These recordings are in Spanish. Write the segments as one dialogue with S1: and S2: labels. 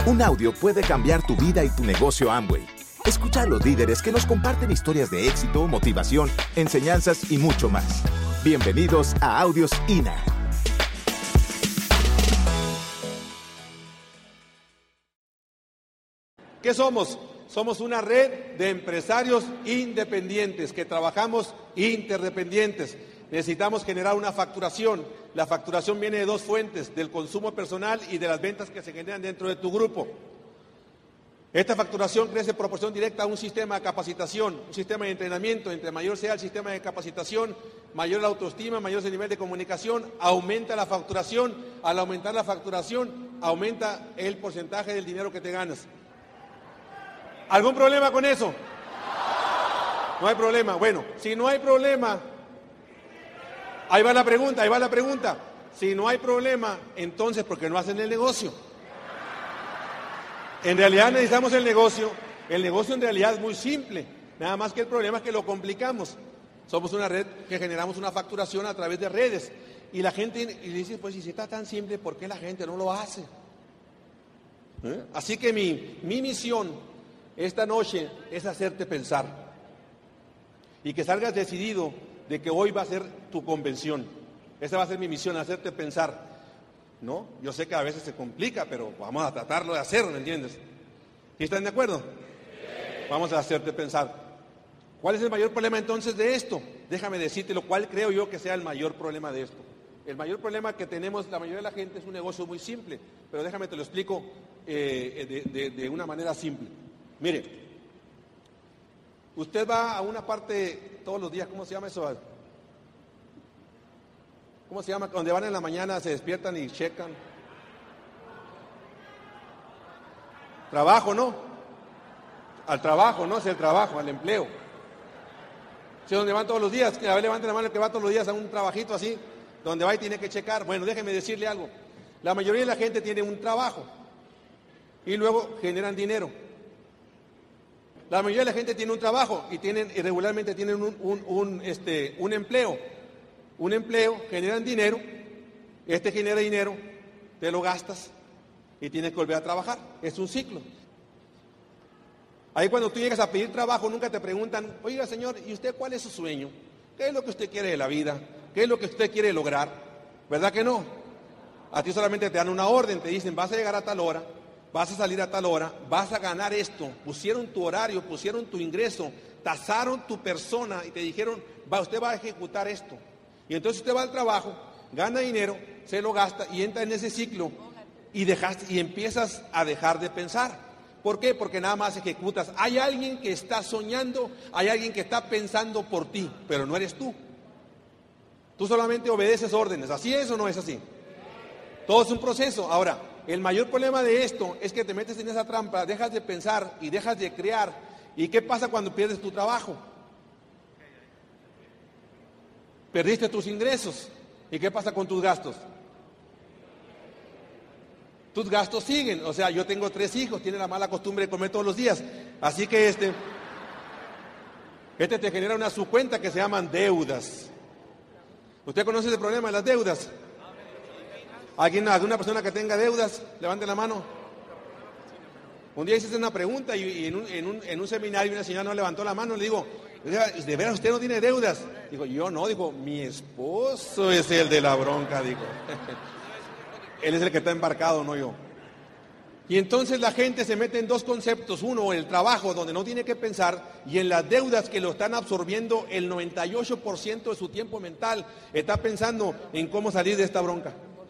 S1: Un audio puede cambiar tu vida y tu negocio Amway. Escucha a los líderes que nos comparten historias de éxito, motivación, enseñanzas y mucho más. Bienvenidos a Audios INA.
S2: ¿Qué somos? Somos una red de empresarios independientes que trabajamos interdependientes. Necesitamos generar una facturación. La facturación viene de dos fuentes, del consumo personal y de las ventas que se generan dentro de tu grupo. Esta facturación crece en proporción directa a un sistema de capacitación, un sistema de entrenamiento. Entre mayor sea el sistema de capacitación, mayor la autoestima, mayor es el nivel de comunicación, aumenta la facturación. Al aumentar la facturación, aumenta el porcentaje del dinero que te ganas. ¿Algún problema con eso? No hay problema. Bueno, si no hay problema, ahí va la pregunta. Si no hay problema, entonces, ¿por qué no hacen el negocio? En realidad necesitamos el negocio. El negocio en realidad es muy simple. Nada más que el problema es que lo complicamos. Somos una red que generamos una facturación a través de redes. Y la gente dice, pues si está tan simple, ¿por qué la gente no lo hace? Así que mi misión esta noche es hacerte pensar. Y que salgas decidido de que hoy va a ser tu convención. Esa va a ser mi misión, hacerte pensar, ¿no? Yo sé que a veces se complica, pero vamos a tratarlo de hacer, ¿me entiendes? ¿Sí están de acuerdo? Sí. Vamos a hacerte pensar. ¿Cuál es el mayor problema entonces de esto? Déjame decirte lo cual creo yo que sea el mayor problema de esto. El mayor problema que tenemos la mayoría de la gente es un negocio muy simple, pero déjame te lo explico de una manera simple. Mire, usted va a una parte todos los días, ¿cómo se llama eso? ¿Cómo se llama? Donde van en la mañana, se despiertan y checan. Trabajo, ¿no? Al trabajo, ¿no? Es el trabajo, al empleo. ¿Sí, donde van todos los días? A ver, levanten la mano el que va todos los días a un trabajito así, donde va y tiene que checar. Bueno, déjeme decirle algo. La mayoría de la gente tiene un trabajo y luego generan dinero. La mayoría de la gente tiene un trabajo y regularmente tienen un empleo. Un empleo, generan dinero, genera dinero, te lo gastas y tienes que volver a trabajar. Es un ciclo. Ahí cuando tú llegas a pedir trabajo nunca te preguntan, oiga señor, ¿y usted cuál es su sueño? ¿Qué es lo que usted quiere de la vida? ¿Qué es lo que usted quiere lograr? ¿Verdad que no? A ti solamente te dan una orden, te dicen, vas a llegar a tal hora, vas a salir a tal hora, vas a ganar esto, pusieron tu horario, pusieron tu ingreso, tasaron tu persona y te dijeron, usted va a ejecutar esto. Y entonces usted va al trabajo, gana dinero, se lo gasta y entra en ese ciclo y empiezas a dejar de pensar. ¿Por qué? Porque nada más ejecutas. Hay alguien que está soñando, hay alguien que está pensando por ti, pero no eres tú. Tú solamente obedeces órdenes. ¿Así es o no es así? Todo es un proceso. Ahora, el mayor problema de esto es que te metes en esa trampa, dejas de pensar y dejas de crear. ¿Y qué pasa cuando pierdes tu trabajo? Perdiste tus ingresos. ¿Y qué pasa con tus gastos? Tus gastos siguen. O sea, yo tengo 3 hijos, tiene la mala costumbre de comer todos los días. Así que este te genera una subcuenta que se llaman deudas. ¿Usted conoce el problema de las deudas? ¿Alguna persona que tenga deudas? Levante la mano. Un día hice una pregunta y en un seminario una señora no levantó la mano. Le digo, ¿de veras usted no tiene deudas? Digo, yo no. Digo, mi esposo es el de la bronca. Digo, él es el que está embarcado, no yo. Y entonces la gente se mete en dos conceptos. Uno, el trabajo, donde no tiene que pensar, y en las deudas que lo están absorbiendo el 98% de su tiempo mental. Está pensando en cómo salir de esta bronca.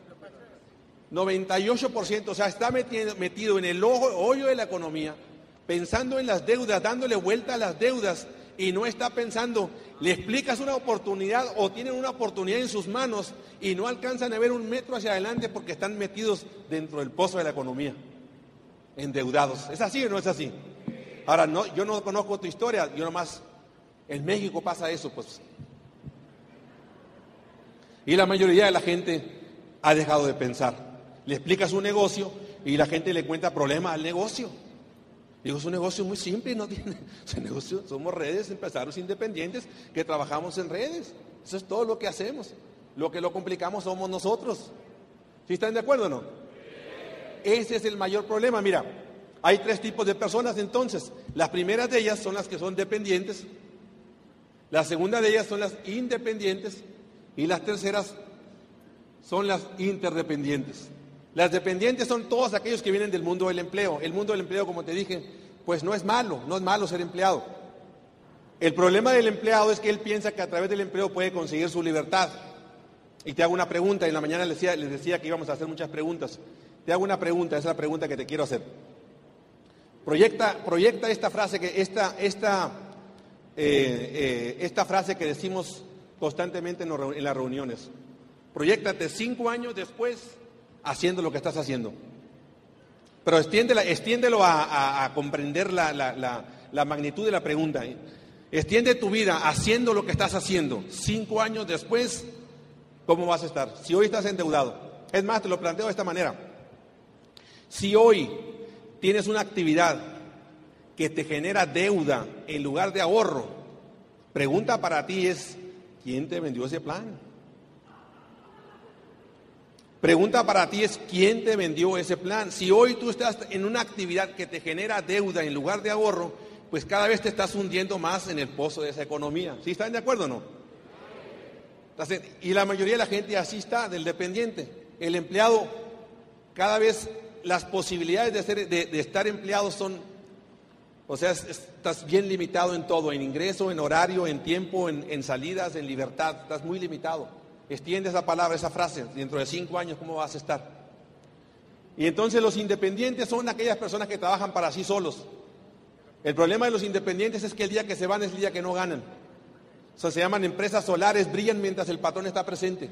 S2: 98%, o sea, está metido en el hoyo de la economía, pensando en las deudas, dándole vuelta a las deudas, y no está pensando, le explicas una oportunidad o tienen una oportunidad en sus manos y no alcanzan a ver un metro hacia adelante porque están metidos dentro del pozo de la economía, endeudados. ¿Es así o no es así? Ahora, no, yo no conozco tu historia, yo nomás, en México pasa eso, pues. Y la mayoría de la gente ha dejado de pensar. Le explicas un negocio y la gente le cuenta problemas al negocio. Digo, es un negocio muy simple, no tiene, ese negocio, somos redes, empresarios independientes que trabajamos en redes. Eso es todo lo que hacemos. Lo que lo complicamos somos nosotros. ¿Sí están de acuerdo o no? Ese es el mayor problema. Mira, hay 3 tipos de personas entonces. Las primeras de ellas son las que son dependientes, la segunda de ellas son las independientes y las terceras son las interdependientes. Las dependientes son todos aquellos que vienen del mundo del empleo. El mundo del empleo, como te dije, pues no es malo ser empleado. El problema del empleado es que él piensa que a través del empleo puede conseguir su libertad. Y te hago una pregunta, en la mañana les decía que íbamos a hacer muchas preguntas. Te hago una pregunta, esa es la pregunta que te quiero hacer. Proyecta esta frase esta frase que decimos constantemente en las reuniones. Proyéctate 5 años después haciendo lo que estás haciendo. Pero extiéndelo a comprender la magnitud de la pregunta. Extiende tu vida haciendo lo que estás haciendo. 5 años después, ¿cómo vas a estar? Si hoy estás endeudado. Es más, te lo planteo de esta manera. Si hoy tienes una actividad que te genera deuda en lugar de ahorro, pregunta para ti es, ¿quién te vendió ese plan? Pregunta para ti es, ¿quién te vendió ese plan? Si hoy tú estás en una actividad que te genera deuda en lugar de ahorro, pues cada vez te estás hundiendo más en el pozo de esa economía. ¿Sí están de acuerdo o no? Y la mayoría de la gente así está, del dependiente. El empleado, cada vez las posibilidades de estar empleado son, o sea, estás bien limitado en todo, en ingreso, en horario, en tiempo, en salidas, en libertad, estás muy limitado. Extiende esa palabra, esa frase, dentro de 5 años, ¿cómo vas a estar? Y entonces los independientes son aquellas personas que trabajan para sí solos. El problema de los independientes es que el día que se van es el día que no ganan. O sea, se llaman empresas solares, brillan mientras el patrón está presente.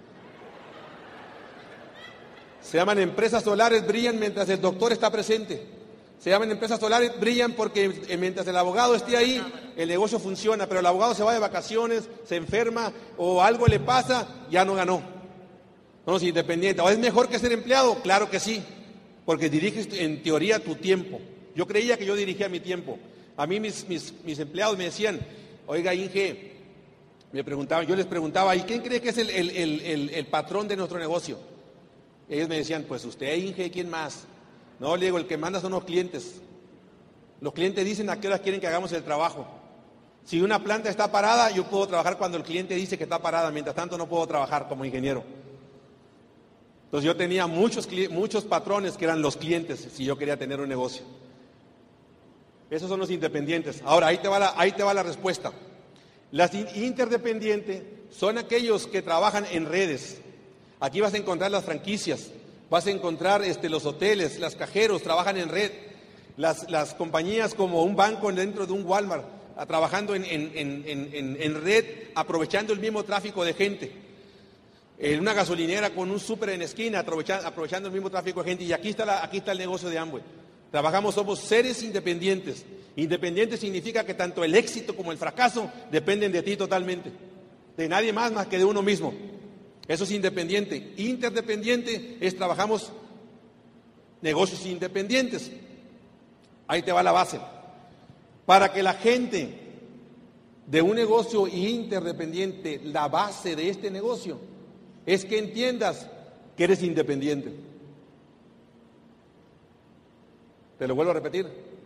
S2: Se llaman empresas solares, brillan mientras el doctor está presente. Se llaman empresas solares, brillan porque mientras el abogado esté ahí, el negocio funciona, pero el abogado se va de vacaciones, se enferma o algo le pasa, ya no ganó. No es independiente. ¿O es mejor que ser empleado? Claro que sí, porque diriges en teoría tu tiempo. Yo creía que yo dirigía mi tiempo. A mí mis empleados me decían, oiga, Inge, yo les preguntaba, ¿y quién cree que es el patrón de nuestro negocio? Ellos me decían, pues usted, Inge, ¿quién más? No, le digo, el que manda son los clientes. Los clientes dicen a qué horas quieren que hagamos el trabajo. Si una planta está parada, yo puedo trabajar cuando el cliente dice que está parada. Mientras tanto, no puedo trabajar como ingeniero. Entonces, yo tenía muchos patrones que eran los clientes si yo quería tener un negocio. Esos son los independientes. Ahora, ahí te va la respuesta. Las interdependientes son aquellos que trabajan en redes. Aquí vas a encontrar las franquicias. Vas a encontrar los hoteles, los cajeros trabajan en red, las compañías como un banco dentro de un Walmart, trabajando en red, aprovechando el mismo tráfico de gente. En una gasolinera con un súper en esquina, aprovechando el mismo tráfico de gente. Y aquí está el negocio de Amway. Somos seres independientes. Independiente significa que tanto el éxito como el fracaso dependen de ti totalmente, de nadie más que de uno mismo. Eso es independiente. Interdependiente trabajamos negocios independientes. Ahí te va la base. Para que la gente de un negocio interdependiente, la base de este negocio es que entiendas que eres independiente. Te lo vuelvo a repetir.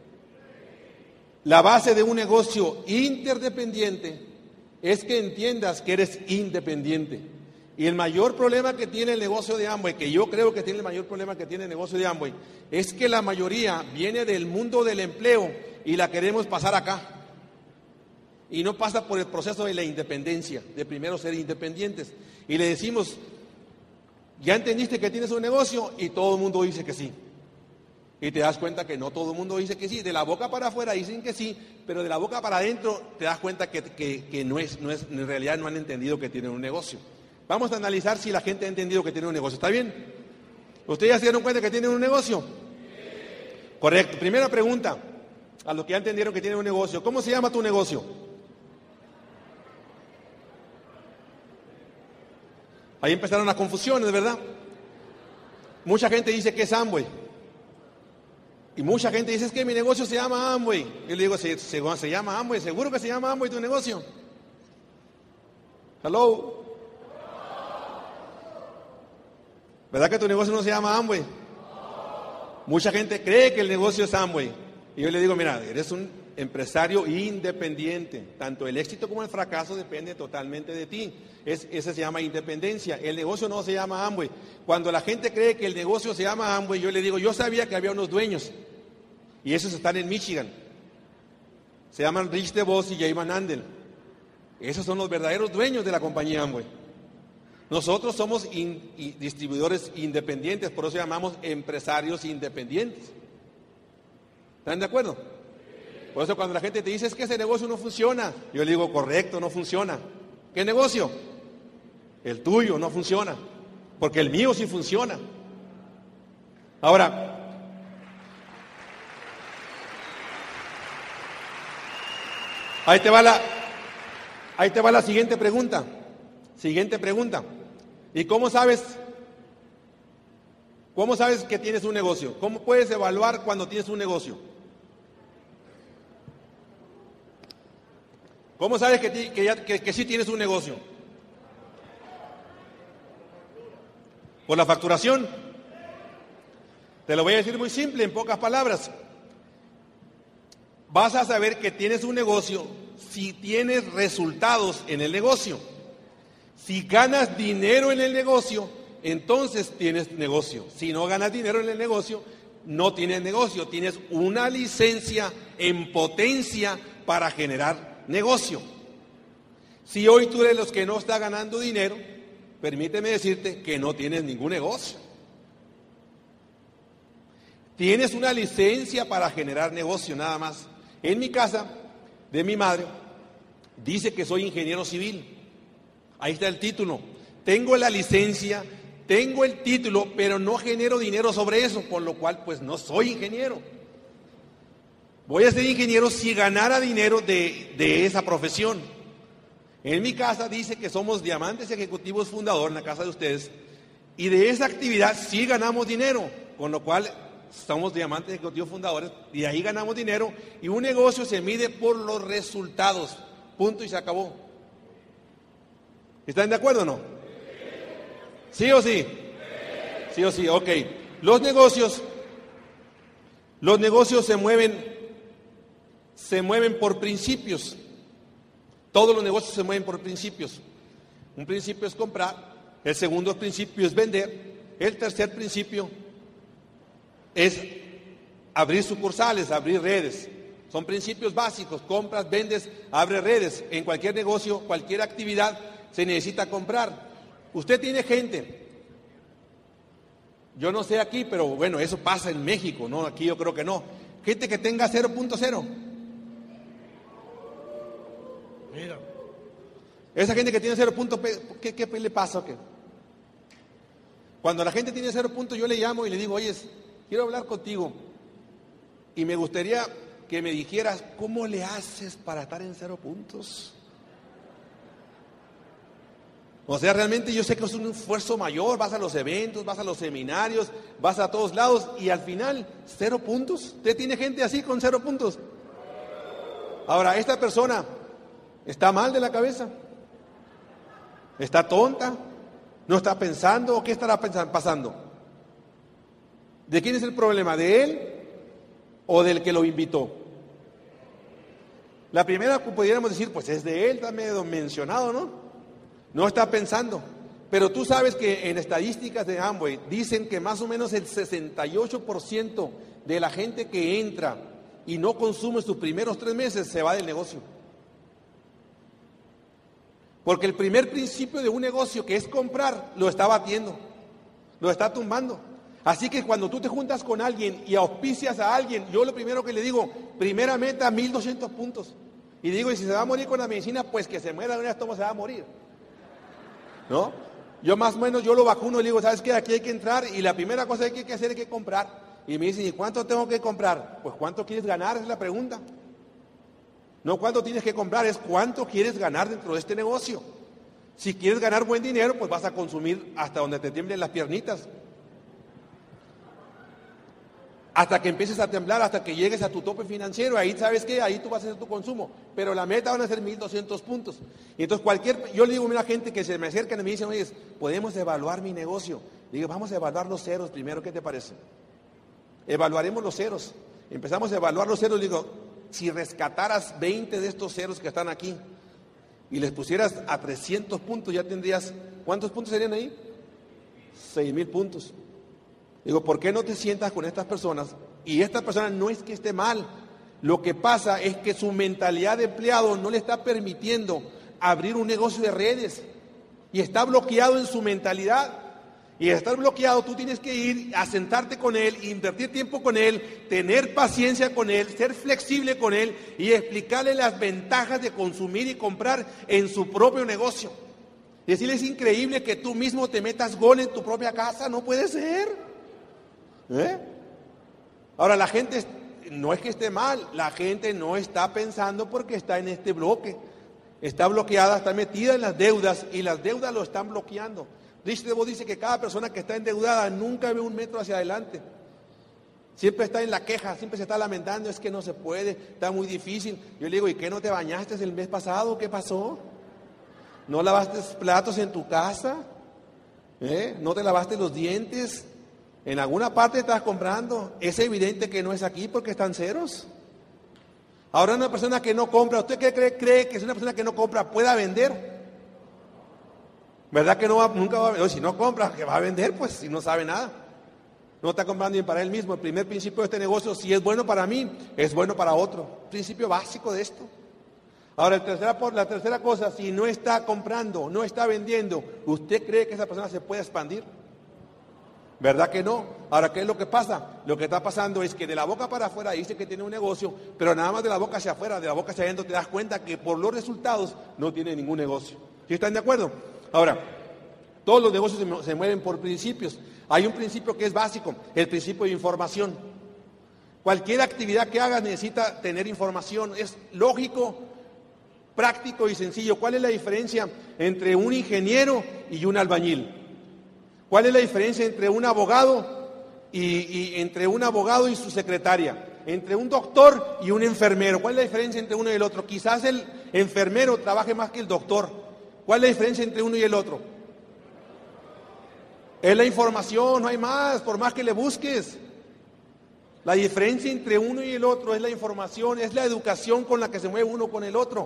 S2: La base de un negocio interdependiente es que entiendas que eres independiente. Y el mayor problema que tiene el negocio de Amway, que yo creo que tiene el mayor problema que tiene el negocio de Amway, es que la mayoría viene del mundo del empleo y la queremos pasar acá. Y no pasa por el proceso de la independencia, de primero ser independientes. Y le decimos, ¿ya entendiste que tienes un negocio? Y todo el mundo dice que sí. Y te das cuenta que no todo el mundo dice que sí. De la boca para afuera dicen que sí, pero de la boca para adentro te das cuenta que en realidad no han entendido que tienen un negocio. Vamos a analizar si la gente ha entendido que tiene un negocio. ¿Está bien? ¿Ustedes ya se dieron cuenta que tienen un negocio? Sí. Correcto. Primera pregunta a los que ya entendieron que tienen un negocio. ¿Cómo se llama tu negocio? Ahí empezaron las confusiones, ¿verdad? Mucha gente dice que es Amway. Y mucha gente dice, es que mi negocio se llama Amway. Yo le digo, ¿se llama Amway? ¿Seguro que se llama Amway tu negocio? Hello. ¿Verdad que tu negocio no se llama Amway? Mucha gente cree que el negocio es Amway. Y yo le digo, mira, eres un empresario independiente. Tanto el éxito como el fracaso depende totalmente de ti. Ese se llama independencia. El negocio no se llama Amway. Cuando la gente cree que el negocio se llama Amway, yo le digo, yo sabía que había unos dueños. Y esos están en Michigan. Se llaman Rich DeVos y Jay Van Andel. Esos son los verdaderos dueños de la compañía Amway. Nosotros somos distribuidores independientes, por eso llamamos empresarios independientes. ¿Están de acuerdo? Por eso cuando la gente te dice, es que ese negocio no funciona, yo le digo, correcto, no funciona. ¿Qué negocio? El tuyo no funciona, porque el mío sí funciona. Ahora, ahí te va la siguiente pregunta. Siguiente pregunta. ¿Y cómo sabes que tienes un negocio? ¿Cómo puedes evaluar cuando tienes un negocio? ¿Cómo sabes que sí tienes un negocio? ¿Por la facturación? Te lo voy a decir muy simple, en pocas palabras. Vas a saber que tienes un negocio si tienes resultados en el negocio. Si ganas dinero en el negocio, entonces tienes negocio. Si no ganas dinero en el negocio, no tienes negocio. Tienes una licencia en potencia para generar negocio. Si hoy tú eres los que no está ganando dinero, permíteme decirte que no tienes ningún negocio. Tienes una licencia para generar negocio, nada más. En mi casa, de mi madre, dice que soy ingeniero civil. Ahí está el título. Tengo la licencia, tengo el título, pero no genero dinero sobre eso, por lo cual pues no soy ingeniero. Voy a ser ingeniero si ganara dinero de esa profesión. En mi casa dice que somos diamantes ejecutivos fundador, en la casa de ustedes, y de esa actividad sí ganamos dinero, con lo cual somos diamantes ejecutivos fundadores, y de ahí ganamos dinero, y un negocio se mide por los resultados, punto y se acabó. ¿Están de acuerdo o no? ¿Sí o sí? Sí o sí, ok. Los negocios se mueven por principios. Todos los negocios se mueven por principios. Un principio es comprar, el segundo principio es vender, el tercer principio es abrir sucursales, abrir redes. Son principios básicos: compras, vendes, abres redes. En cualquier negocio, cualquier actividad se necesita comprar. Usted tiene gente, yo no sé aquí, pero bueno, eso pasa en México, ¿no? Aquí yo creo que no. Gente que tenga 0.0. Mira. Esa gente que tiene 0. ¿Qué le pasa o qué? Cuando la gente tiene 0 puntos, yo le llamo y le digo, oye, quiero hablar contigo y me gustaría que me dijeras cómo le haces para estar en 0 puntos. O sea, realmente yo sé que es un esfuerzo mayor, vas a los eventos, vas a los seminarios, vas a todos lados y al final, 0 puntos. ¿Usted tiene gente así con 0 puntos? Ahora, esta persona está mal de la cabeza, está tonta, no está pensando, ¿o qué estará pasando? ¿De quién es el problema? ¿De él o del que lo invitó? La primera, pudiéramos decir, pues es de él, está medio mencionado, ¿no? No está pensando. Pero tú sabes que en estadísticas de Amway dicen que más o menos el 68% de la gente que entra y no consume sus primeros 3 meses se va del negocio. Porque el primer principio de un negocio, que es comprar, lo está batiendo, lo está tumbando. Así que cuando tú te juntas con alguien y auspicias a alguien, yo lo primero que le digo, primera meta, 1,200 puntos. Y digo, y si se va a morir con la medicina, pues que se muera de una vez, ¿cómo se va a morir? ¿No? Yo más o menos, yo lo vacuno y le digo, ¿sabes qué? Aquí hay que entrar y la primera cosa que hay que hacer es que comprar. Y me dicen, ¿y cuánto tengo que comprar? Pues ¿cuánto quieres ganar? Es la pregunta. No cuánto tienes que comprar, es cuánto quieres ganar dentro de este negocio. Si quieres ganar buen dinero, pues vas a consumir hasta donde te tiemblen las piernitas. Hasta que empieces a temblar, hasta que llegues a tu tope financiero, ahí sabes qué, ahí tú vas a hacer tu consumo, pero la meta van a ser 1,200 puntos. Y entonces yo le digo a una gente que se me acercan y me dicen, oye, podemos evaluar mi negocio. Le digo, vamos a evaluar los ceros primero, ¿qué te parece? Evaluaremos los ceros. Empezamos a evaluar los ceros. Digo, si rescataras 20 de estos ceros que están aquí y les pusieras a 300 puntos, ya tendrías, ¿cuántos puntos serían ahí? 6,000 puntos. Digo, ¿por qué no te sientas con estas personas? Y esta persona no es que esté mal. Lo que pasa es que su mentalidad de empleado no le está permitiendo abrir un negocio de redes. Y está bloqueado en su mentalidad. Y al estar bloqueado, tú tienes que ir a sentarte con él, invertir tiempo con él, tener paciencia con él, ser flexible con él y explicarle las ventajas de consumir y comprar en su propio negocio. Decirle, es increíble que tú mismo te metas gol en tu propia casa, no puede ser. Ahora, la gente no es que esté mal, la gente no está pensando porque está en este bloque. Está bloqueada, está metida en las deudas y las deudas lo están bloqueando. Rich DeVos dice que cada persona que está endeudada nunca ve un metro hacia adelante. Siempre está en la queja, siempre se está lamentando, es que no se puede, está muy difícil. Yo le digo, ¿y qué no te bañaste el mes pasado? ¿Qué pasó? ¿No lavaste platos en tu casa? ¿No te lavaste los dientes? En alguna parte estás comprando. Es evidente que no es aquí porque están ceros. Ahora una persona que no compra, ¿usted qué cree que si una persona que no compra pueda vender? ¿Verdad que nunca va a vender? Si no compra, ¿qué va a vender? Pues si no sabe nada. No está comprando ni para él mismo. El primer principio de este negocio, si es bueno para mí, es bueno para otro. Principio básico de esto. Ahora, la tercera cosa, si no está comprando, no está vendiendo, ¿usted cree que esa persona se puede expandir? ¿Verdad que no? Ahora, ¿qué es lo que pasa? Lo que está pasando es que de la boca para afuera dice que tiene un negocio, pero nada más de la boca hacia afuera, de la boca hacia adentro, te das cuenta que por los resultados no tiene ningún negocio. ¿Sí están de acuerdo? Ahora, todos los negocios se mueven por principios. Hay un principio que es básico, el principio de información. Cualquier actividad que hagas necesita tener información. Es lógico, práctico y sencillo. ¿Cuál es la diferencia entre un ingeniero y un albañil? ¿Cuál es la diferencia entre un abogado entre un abogado y su secretaria? Entre un doctor y un enfermero. ¿Cuál es la diferencia entre uno y el otro? Quizás el enfermero trabaje más que el doctor. ¿Cuál es la diferencia entre uno y el otro? Es la información, no hay más, por más que le busques. La diferencia entre uno y el otro es la información, es la educación con la que se mueve uno con el otro.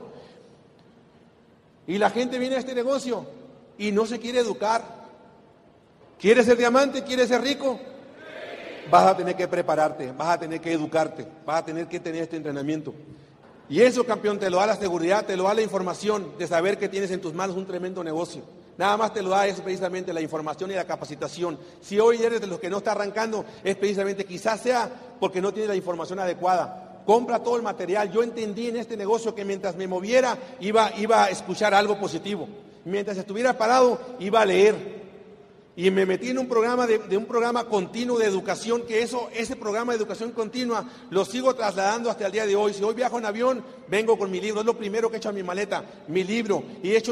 S2: Y la gente viene a este negocio y no se quiere educar. ¿Quieres ser diamante? ¿Quieres ser rico? Vas a tener que prepararte, vas a tener que educarte, vas a tener que tener este entrenamiento. Y eso, campeón, te lo da la seguridad, te lo da la información de saber que tienes en tus manos un tremendo negocio. Nada más te lo da eso precisamente la información y la capacitación. Si hoy eres de los que no está arrancando, es precisamente quizás sea porque no tienes la información adecuada. Compra todo el material. Yo entendí en este negocio que mientras me moviera iba a escuchar algo positivo. Mientras estuviera parado iba a leer. Y me metí en un programa de un programa continuo de educación, que ese programa de educación continua lo sigo trasladando hasta el día de hoy. Si hoy viajo en avión, vengo con mi libro, es lo primero que he hecho en mi maleta, mi libro, y he hecho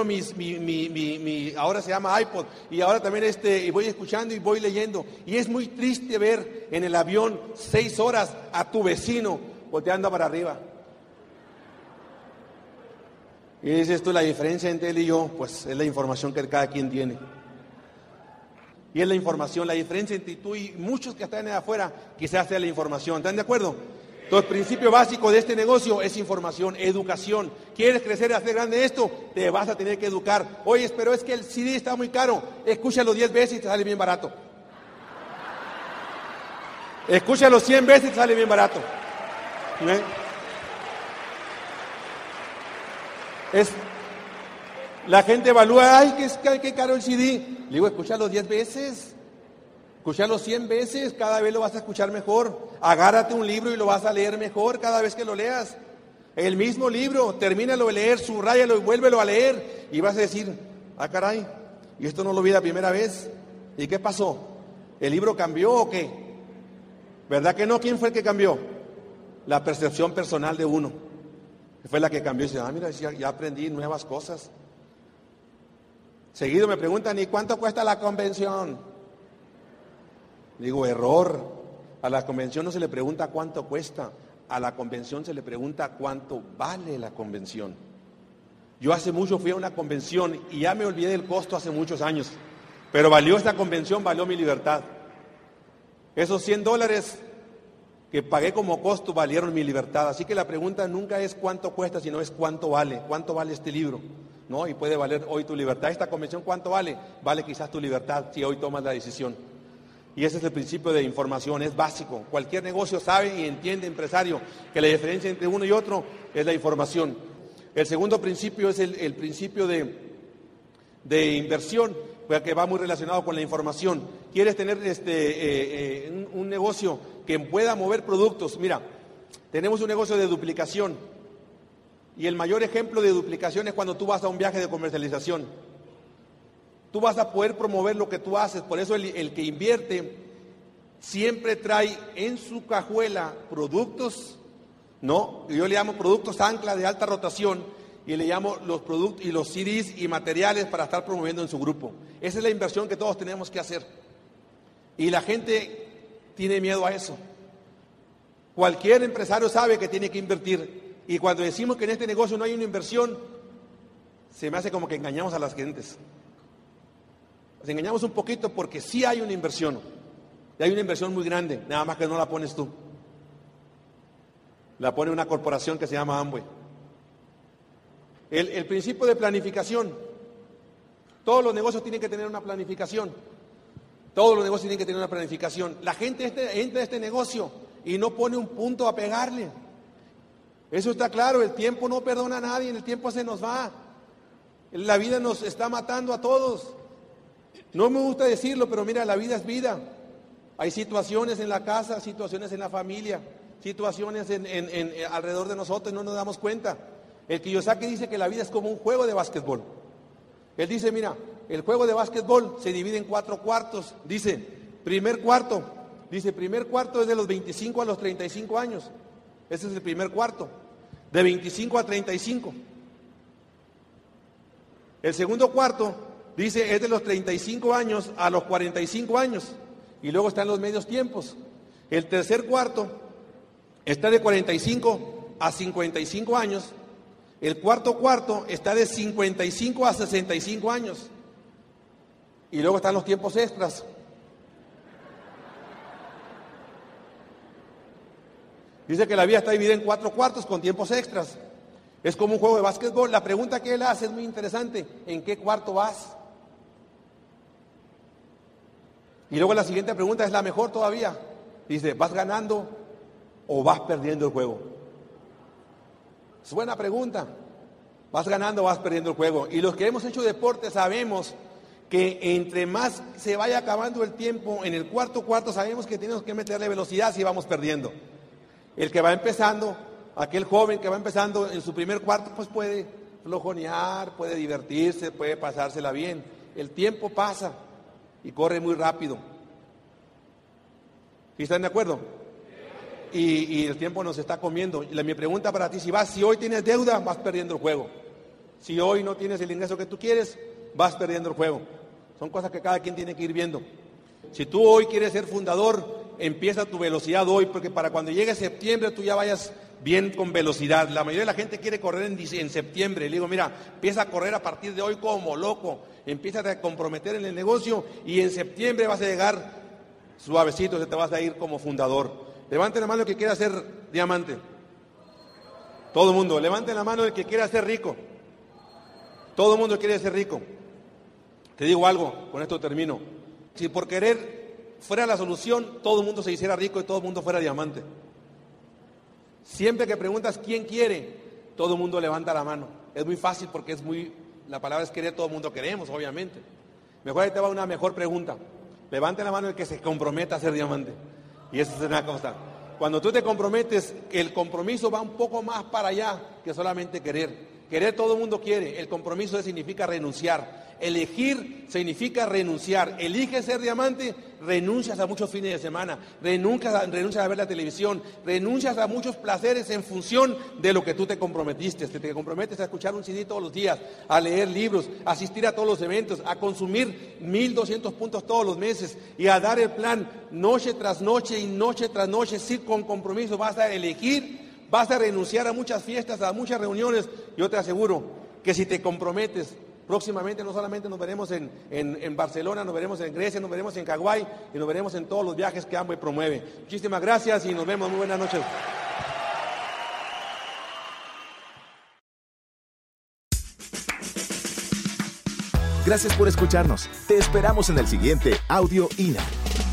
S2: ahora se llama iPod, y ahora también y voy escuchando y voy leyendo. Y es muy triste ver en el avión 6 horas a tu vecino volteando para arriba. Y dices tú, la diferencia entre él y yo, pues es la información que cada quien tiene. Y es la información, la diferencia entre tú y muchos que están allá afuera, quizás sea la información. ¿Están de acuerdo? Entonces, el principio básico de este negocio es información, educación. ¿Quieres crecer y hacer grande esto? Te vas a tener que educar. Oye, pero es que el CD está muy caro. Escúchalo 10 veces y te sale bien barato. Escúchalo 100 veces y te sale bien barato. La gente evalúa, ay, qué caro el CD. Le digo, escúchalo 10 veces, escúchalo 100 veces, cada vez lo vas a escuchar mejor. Agárrate un libro y lo vas a leer mejor cada vez que lo leas. El mismo libro, termínalo de leer, subráyalo y vuélvelo a leer. Y vas a decir, ah, caray, y esto no lo vi la primera vez. ¿Y qué pasó? ¿El libro cambió o qué? ¿Verdad que no? ¿Quién fue el que cambió? La percepción personal de uno. Fue la que cambió y dice, ah, mira, ya aprendí nuevas cosas. Seguido me preguntan, ¿y cuánto cuesta la convención? Digo, error. A la convención no se le pregunta cuánto cuesta, a la convención se le pregunta cuánto vale la convención. Yo hace mucho fui a una convención y ya me olvidé del costo hace muchos años, pero valió esta convención, valió mi libertad. Esos $100 que pagué como costo valieron mi libertad. Así que la pregunta nunca es cuánto cuesta, sino es cuánto vale este libro, ¿no? Y puede valer hoy tu libertad. Esta convención, ¿cuánto vale? Vale quizás tu libertad si hoy tomas la decisión. Y ese es el principio de información, es básico. Cualquier negocio sabe y entiende, empresario, que la diferencia entre uno y otro es la información. El segundo principio es el principio de inversión, que va muy relacionado con la información. ¿Quieres tener un negocio que pueda mover productos? Mira, tenemos un negocio de duplicación. Y el mayor ejemplo de duplicación es cuando tú vas a un viaje de comercialización. Tú vas a poder promover lo que tú haces. Por eso el que invierte siempre trae en su cajuela productos, ¿no? Yo le llamo productos ancla de alta rotación y le llamo los productos y los CDs y materiales para estar promoviendo en su grupo. Esa es la inversión que todos tenemos que hacer. Y la gente tiene miedo a eso. Cualquier empresario sabe que tiene que invertir. Y cuando decimos que en este negocio no hay una inversión, se me hace como que engañamos a las gentes. Nos engañamos un poquito porque sí hay una inversión. Y hay una inversión muy grande, nada más que no la pones tú. La pone una corporación que se llama Amway. El principio de planificación. Todos los negocios tienen que tener una planificación. Todos los negocios tienen que tener una planificación. La gente entra a este negocio y no pone un punto a pegarle. Eso está claro, el tiempo no perdona a nadie, el tiempo se nos va. La vida nos está matando a todos. No me gusta decirlo, pero mira, la vida es vida. Hay situaciones en la casa, situaciones en la familia, situaciones alrededor de nosotros y no nos damos cuenta. El Kiyosaki dice que la vida es como un juego de básquetbol. Él dice, mira, el juego de básquetbol se divide en 4 cuartos. Dice, primer cuarto es de los 25 a los 35 años. Ese es el primer cuarto, de 25 a 35. El segundo cuarto, dice, es de los 35 años a los 45 años. Y luego están los medios tiempos. El tercer cuarto está de 45 a 55 años. El cuarto cuarto está de 55 a 65 años. Y luego están los tiempos extras. Dice que la vida está dividida en 4 cuartos con tiempos extras. Es como un juego de básquetbol. La pregunta que él hace es muy interesante. ¿En qué cuarto vas? Y luego la siguiente pregunta es la mejor todavía. Dice, ¿vas ganando o vas perdiendo el juego? Es buena pregunta. ¿Vas ganando o vas perdiendo el juego? Y los que hemos hecho deporte sabemos que entre más se vaya acabando el tiempo, en el cuarto cuarto sabemos que tenemos que meterle velocidad si vamos perdiendo. El que va empezando, aquel joven que va empezando en su primer cuarto, pues puede flojonear, puede divertirse, puede pasársela bien. El tiempo pasa y corre muy rápido. ¿Sí están de acuerdo? Y el tiempo nos está comiendo. Y mi pregunta para ti, si hoy tienes deuda, vas perdiendo el juego. Si hoy no tienes el ingreso que tú quieres, vas perdiendo el juego. Son cosas que cada quien tiene que ir viendo. Si tú hoy quieres ser fundador, empieza tu velocidad hoy, porque para cuando llegue septiembre tú ya vayas bien con velocidad. La mayoría de la gente quiere correr en septiembre. Le digo, mira, empieza a correr a partir de hoy como loco. Empieza a comprometer en el negocio y en septiembre vas a llegar suavecito, te vas a ir como fundador. Levanten la mano el que quiera ser diamante. Todo el mundo, levanten la mano el que quiera ser rico. Todo el mundo quiere ser rico. Te digo algo, con esto termino. Si por querer fuera la solución, todo el mundo se hiciera rico y todo el mundo fuera diamante. Siempre que preguntas quién quiere, todo el mundo levanta la mano. Es muy fácil porque la palabra es querer, todo el mundo queremos, obviamente. Mejor ahí te va una mejor pregunta. Levante la mano el que se comprometa a ser diamante. Y esa es una cosa. Cuando tú te comprometes, el compromiso va un poco más para allá que solamente querer. Querer todo el mundo quiere. El compromiso significa renunciar. Elegir significa renunciar. Eliges ser diamante, renuncias a muchos fines de semana, renuncias a ver la televisión, renuncias a muchos placeres en función de lo que tú te comprometiste. Te comprometes a escuchar un CD todos los días, a leer libros, a asistir a todos los eventos, a consumir 1,200 puntos todos los meses y a dar el plan noche tras noche y noche tras noche. Sí, con compromiso vas a elegir, vas a renunciar a muchas fiestas, a muchas reuniones. Yo te aseguro que si te comprometes, Próximamente no solamente nos veremos en Barcelona, nos veremos en Grecia, nos veremos en Hawái y nos veremos en todos los viajes que Amway promueve. Muchísimas gracias y nos vemos. Muy buenas noches.
S1: Gracias por escucharnos. Te esperamos en el siguiente Audio INA.